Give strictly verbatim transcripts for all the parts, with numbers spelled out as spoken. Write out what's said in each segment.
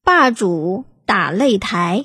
霸主打擂台。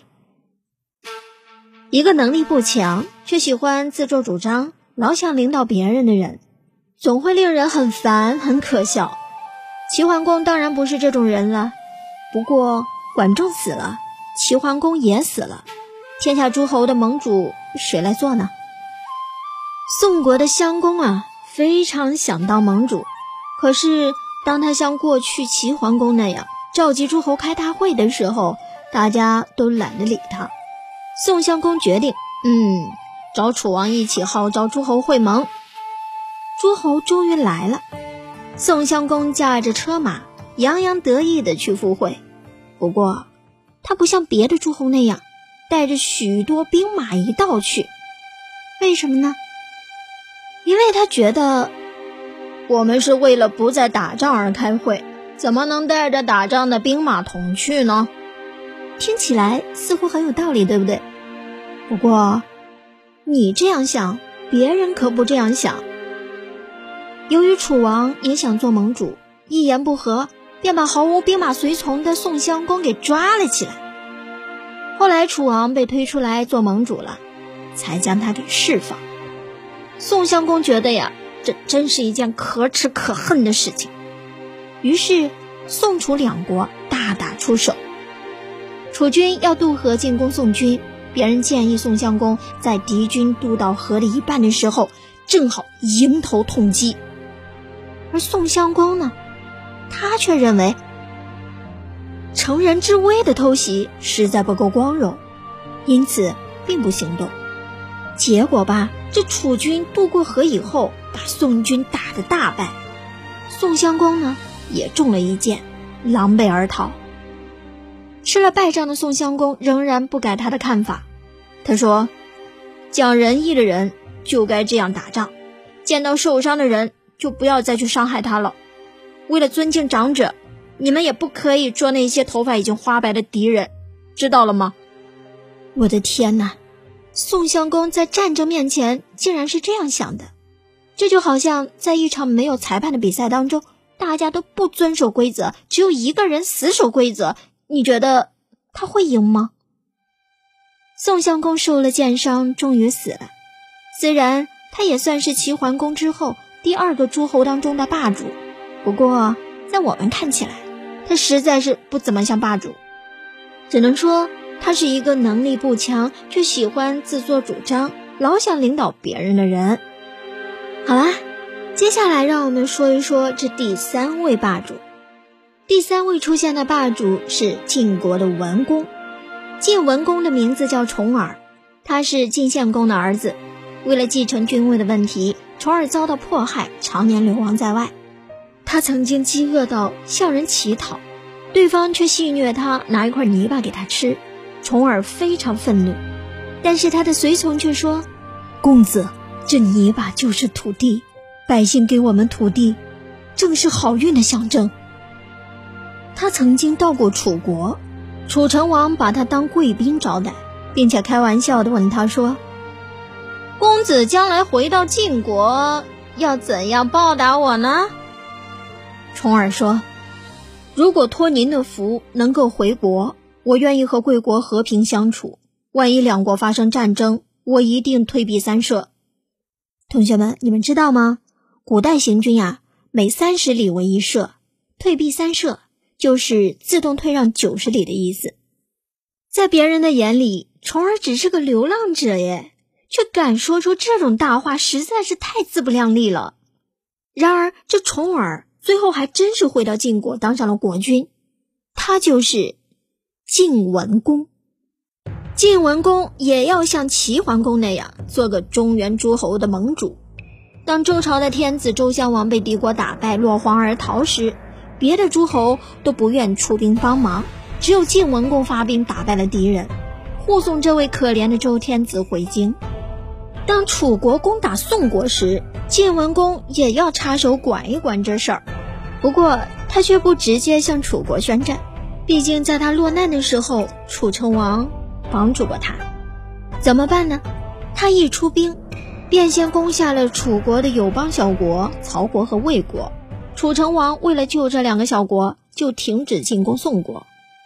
一个能力不强却喜欢自作主张，老想领导别人的人，总会令人很烦很可笑。齐桓公当然不是这种人了，不过管仲死了，齐桓公也死了，天下诸侯的盟主谁来做呢？宋国的襄公啊，非常想当盟主，可是当他像过去齐桓公那样召集诸侯开大会的时候，大家都懒得理他。宋襄公决定，嗯，找楚王一起号召诸侯会盟。诸侯终于来了，宋襄公驾着车马，洋洋得意地去赴会。不过，他不像别的诸侯那样，带着许多兵马一道去。为什么呢？因为他觉得，我们是为了不再打仗而开会，怎么能带着打仗的兵马同去呢？听起来似乎很有道理，对不对？不过，你这样想，别人可不这样想。由于楚王也想做盟主，一言不合便把毫无兵马随从的宋襄公给抓了起来。后来楚王被推出来做盟主了，才将他给释放。宋襄公觉得呀，这真是一件可耻可恨的事情。于是宋楚两国大打出手，楚军要渡河进攻宋军，别人建议宋襄公在敌军渡到河的一半的时候，正好迎头痛击。而宋襄公呢，他却认为乘人之危的偷袭实在不够光荣，因此并不行动。结果吧，这楚军渡过河以后，把宋军打得大败。宋襄公呢，也中了一箭，狼狈而逃。吃了败仗的宋襄公仍然不改他的看法，他说，讲仁义的人就该这样打仗，见到受伤的人就不要再去伤害他了。为了尊敬长者，你们也不可以捉那些头发已经花白的敌人，知道了吗？我的天哪，宋襄公在战争面前竟然是这样想的。这就好像在一场没有裁判的比赛当中，大家都不遵守规则，只有一个人死守规则，你觉得他会赢吗？宋襄公受了箭伤，终于死了。虽然他也算是齐桓公之后第二个诸侯当中的霸主，不过在我们看起来，他实在是不怎么像霸主，只能说他是一个能力不强却喜欢自作主张，老想领导别人的人。好啦，接下来让我们说一说这第三位霸主。第三位出现的霸主是晋国的文公。晋文公的名字叫重耳，他是晋献公的儿子。为了继承君位的问题，重耳遭到迫害，常年流亡在外。他曾经饥饿到向人乞讨，对方却戏谑他，拿一块泥巴给他吃。重耳非常愤怒，但是他的随从却说，公子，这泥巴就是土地，百姓给我们土地，正是好运的象征。他曾经到过楚国，楚成王把他当贵宾招待，并且开玩笑地问他说，公子将来回到晋国，要怎样报答我呢？重耳说，如果托您的福能够回国，我愿意和贵国和平相处，万一两国发生战争，我一定退避三舍。同学们，你们知道吗？古代行军呀、啊，每三十里为一舍，退避三舍就是自动退让九十里的意思。在别人的眼里，重耳只是个流浪者耶，却敢说出这种大话，实在是太自不量力了。然而这重耳最后还真是回到晋国当上了国君，他就是晋文公。晋文公也要像齐桓公那样做个中原诸侯的盟主。当周朝的天子周襄王被敌国打败落荒而逃时，别的诸侯都不愿出兵帮忙，只有晋文公发兵打败了敌人，护送这位可怜的周天子回京。当楚国攻打宋国时，晋文公也要插手管一管这事儿，不过他却不直接向楚国宣战，毕竟在他落难的时候，楚成王帮助过他。怎么办呢？他一出兵，便先攻下了楚国的友邦小国曹国和魏国。楚成王为了救这两个小国，就停止进攻宋国。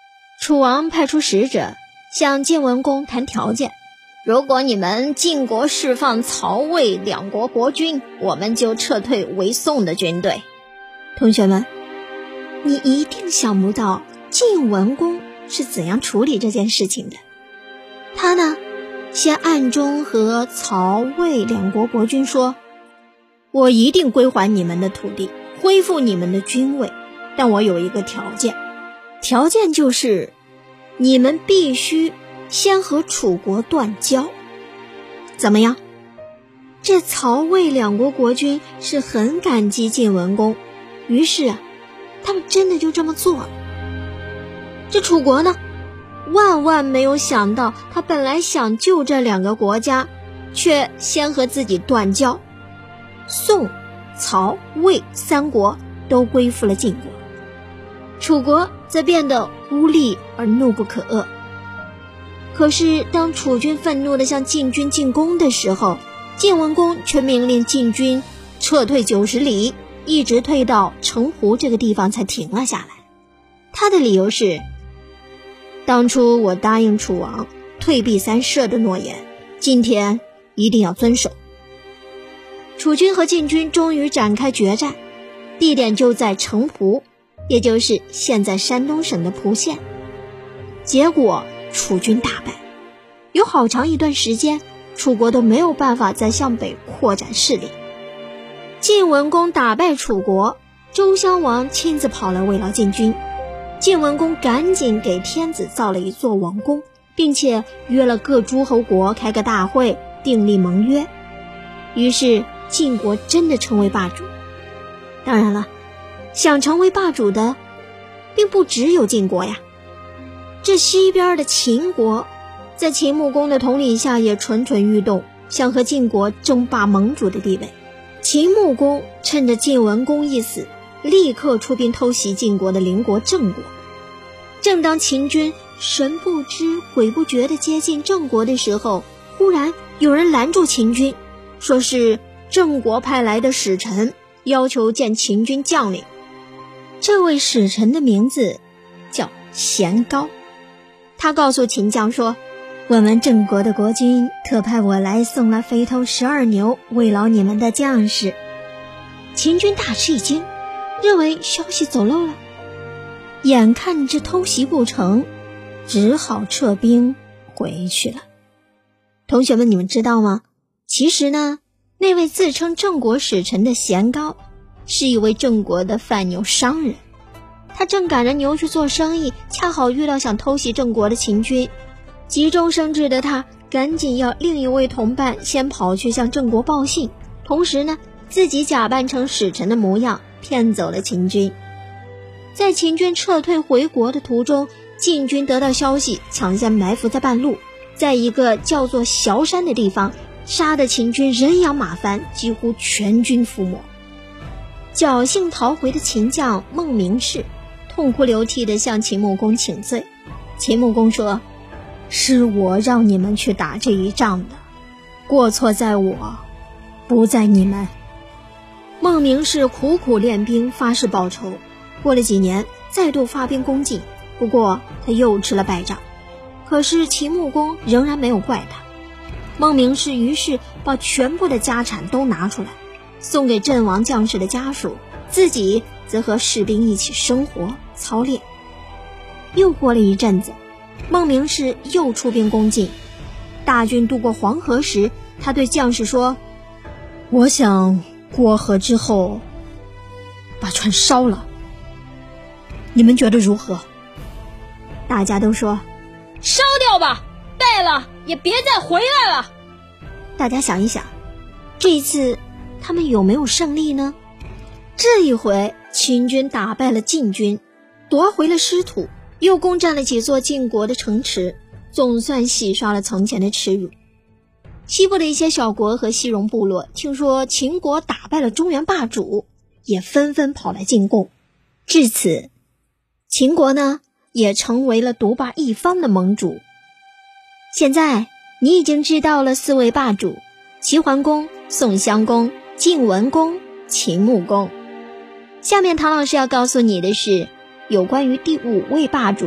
楚王派出使者向晋文公谈条件，如果你们晋国释放曹魏两国国君，我们就撤退为宋的军队。同学们，你一定想不到晋文公是怎样处理这件事情的。他呢，先暗中和曹魏两国国君说，我一定归还你们的土地，恢复你们的君位，但我有一个条件，条件就是你们必须先和楚国断交。怎么样？这曹魏两国国君是很感激晋文公，于是啊，他们真的就这么做了。这楚国呢，万万没有想到，他本来想救这两个国家，却先和自己断交。宋、曹、魏三国都归附了晋国，楚国则变得孤立而怒不可遏。可是当楚军愤怒地向晋军进攻的时候，晋文公却命令晋军撤退九十里，一直退到城湖这个地方才停了下来。他的理由是，当初我答应楚王退避三舍的诺言，今天一定要遵守。楚军和晋军终于展开决战，地点就在城濮，也就是现在山东省的濮县。结果楚军大败，有好长一段时间，楚国都没有办法再向北扩展势力。晋文公打败楚国，周襄王亲自跑来慰劳晋军。晋文公赶紧给天子造了一座王宫，并且约了各诸侯国开个大会，订立盟约。于是晋国真的成为霸主。当然了，想成为霸主的并不只有晋国呀。这西边的秦国在秦穆公的统领下也蠢蠢欲动，想和晋国争霸盟主的地位。秦穆公趁着晋文公一死，立刻出兵偷袭晋国的邻国郑国。正当秦军神不知鬼不觉地接近郑国的时候，忽然有人拦住秦军，说是郑国派来的使臣，要求见秦军将领。这位使臣的名字叫咸高，他告诉秦将说，我们郑国的国君特派我来送了肥头十二牛慰劳你们的将士。秦军大吃一惊，认为消息走漏了，眼看这偷袭不成，只好撤兵回去了。同学们，你们知道吗？其实呢，那位自称郑国使臣的咸高是一位郑国的贩牛商人，他正赶着牛去做生意，恰好遇到想偷袭郑国的秦军。急中生智的他赶紧要另一位同伴先跑去向郑国报信，同时呢，自己假扮成使臣的模样骗走了秦军。在秦军撤退回国的途中，晋军得到消息，抢先埋伏在半路，在一个叫做崤山的地方杀得秦军人仰马翻，几乎全军覆没。侥幸逃回的秦将孟明视痛哭流涕地向秦穆公请罪。秦穆公说，是我让你们去打这一仗的，过错在我，不在你们。孟明视苦苦练兵，发誓报仇。过了几年，再度发兵攻晋，不过他又吃了败仗。可是秦穆公仍然没有怪他。孟明视于是把全部的家产都拿出来，送给阵亡将士的家属，自己则和士兵一起生活操练。又过了一阵子，孟明视又出兵攻晋。大军渡过黄河时，他对将士说，我想过河之后把船烧了，你们觉得如何？大家都说烧掉吧，败了也别再回来了。 大家想一想，这一次他们有没有胜利呢？这一回秦军打败了晋军，夺回了失土，又攻占了几座晋国的城池，总算洗刷了从前的耻辱。西部的一些小国和西戎部落听说秦国打败了中原霸主，也纷纷跑来进贡。至此，秦国呢也成为了独霸一方的盟主。现在你已经知道了四位霸主：齐桓公、宋襄公、晋文公、秦穆公。下面唐老师要告诉你的是有关于第五位霸主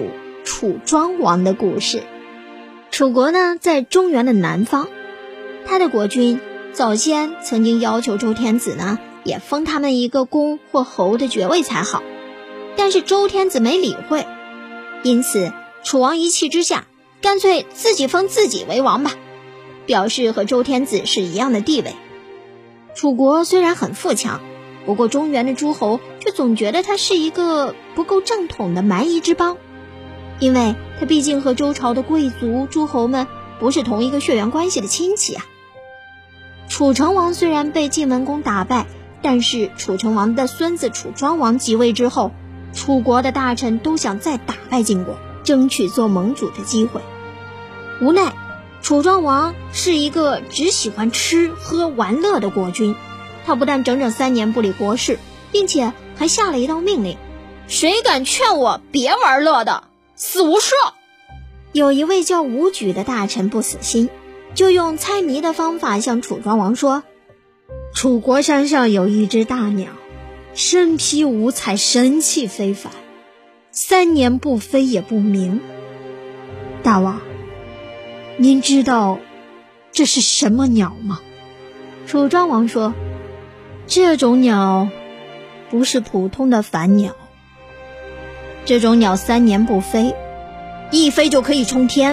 楚庄王的故事。楚国呢，在中原的南方，他的国君早先曾经要求周天子呢，也封他们一个公或侯的爵位才好，但是周天子没理会，因此楚王一气之下，干脆自己封自己为王吧，表示和周天子是一样的地位。楚国虽然很富强，不过中原的诸侯却总觉得他是一个不够正统的蛮夷之邦，因为他毕竟和周朝的贵族诸侯们不是同一个血缘关系的亲戚啊。楚成王虽然被晋文公打败，但是楚成王的孙子楚庄王即位之后，楚国的大臣都想再打败晋国，争取做盟主的机会。无奈楚庄王是一个只喜欢吃喝玩乐的国君，他不但整整三年不理国事，并且还下了一道命令，谁敢劝我别玩乐的，死无赦。有一位叫伍举的大臣不死心，就用猜谜的方法向楚庄王说，楚国山上有一只大鸟，身披五彩，神气非凡，三年不飞也不鸣。大王，您知道这是什么鸟吗？楚庄王说，这种鸟不是普通的凡鸟，这种鸟三年不飞，一飞就可以冲天，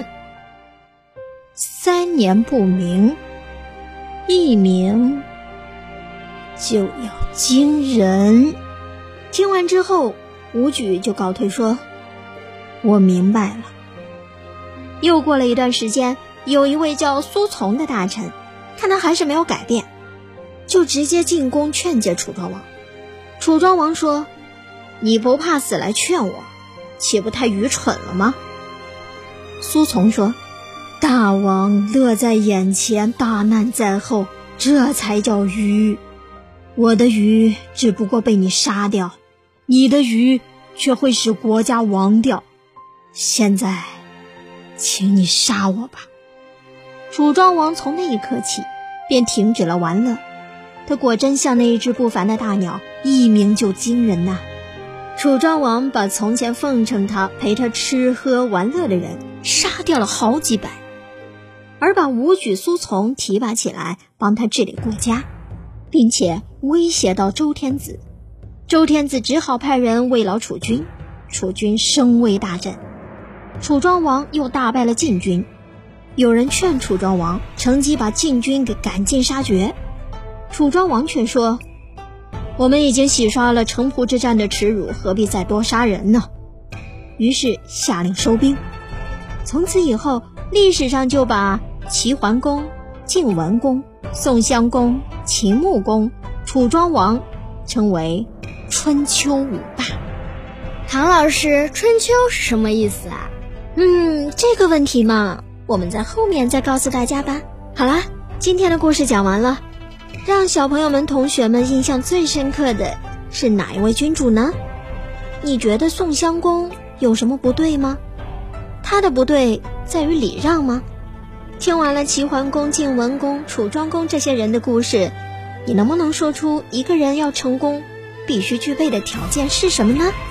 三年不鸣，一鸣就要惊人。听完之后，伍举就告退说，我明白了。又过了一段时间，有一位叫苏从的大臣，看他还是没有改变，就直接进宫劝诫楚庄王。楚庄王说，你不怕死来劝我，岂不太愚蠢了吗？苏从说，大王乐在眼前，大难在后，这才叫愚。我的愚只不过被你杀掉，你的愚却会使国家亡掉。现在请你杀我吧。楚庄王从那一刻起便停止了玩乐，他果真像那一只不凡的大鸟，一鸣就惊人呐、啊。楚庄王把从前奉承他陪他吃喝玩乐的人杀掉了好几百，而把伍举、苏从提拔起来帮他治理国家，并且威胁到周天子。周天子只好派人慰劳楚军，楚军声威大振，楚庄王又大败了晋军。有人劝楚庄王乘机把晋军给赶尽杀绝，楚庄王却说，我们已经洗刷了城濮之战的耻辱，何必再多杀人呢？于是下令收兵。从此以后，历史上就把齐桓公、晋文公、宋襄公、秦穆公、楚庄王称为春秋五霸。 唐老师，春秋是什么意思啊？ 嗯，这个问题嘛，我们在后面再告诉大家吧。好啦，今天的故事讲完了，让小朋友们同学们印象最深刻的是哪一位君主呢？你觉得宋襄公有什么不对吗？他的不对在于礼让吗？听完了齐桓公、晋文公、楚庄公这些人的故事，你能不能说出一个人要成功必须具备的条件是什么呢？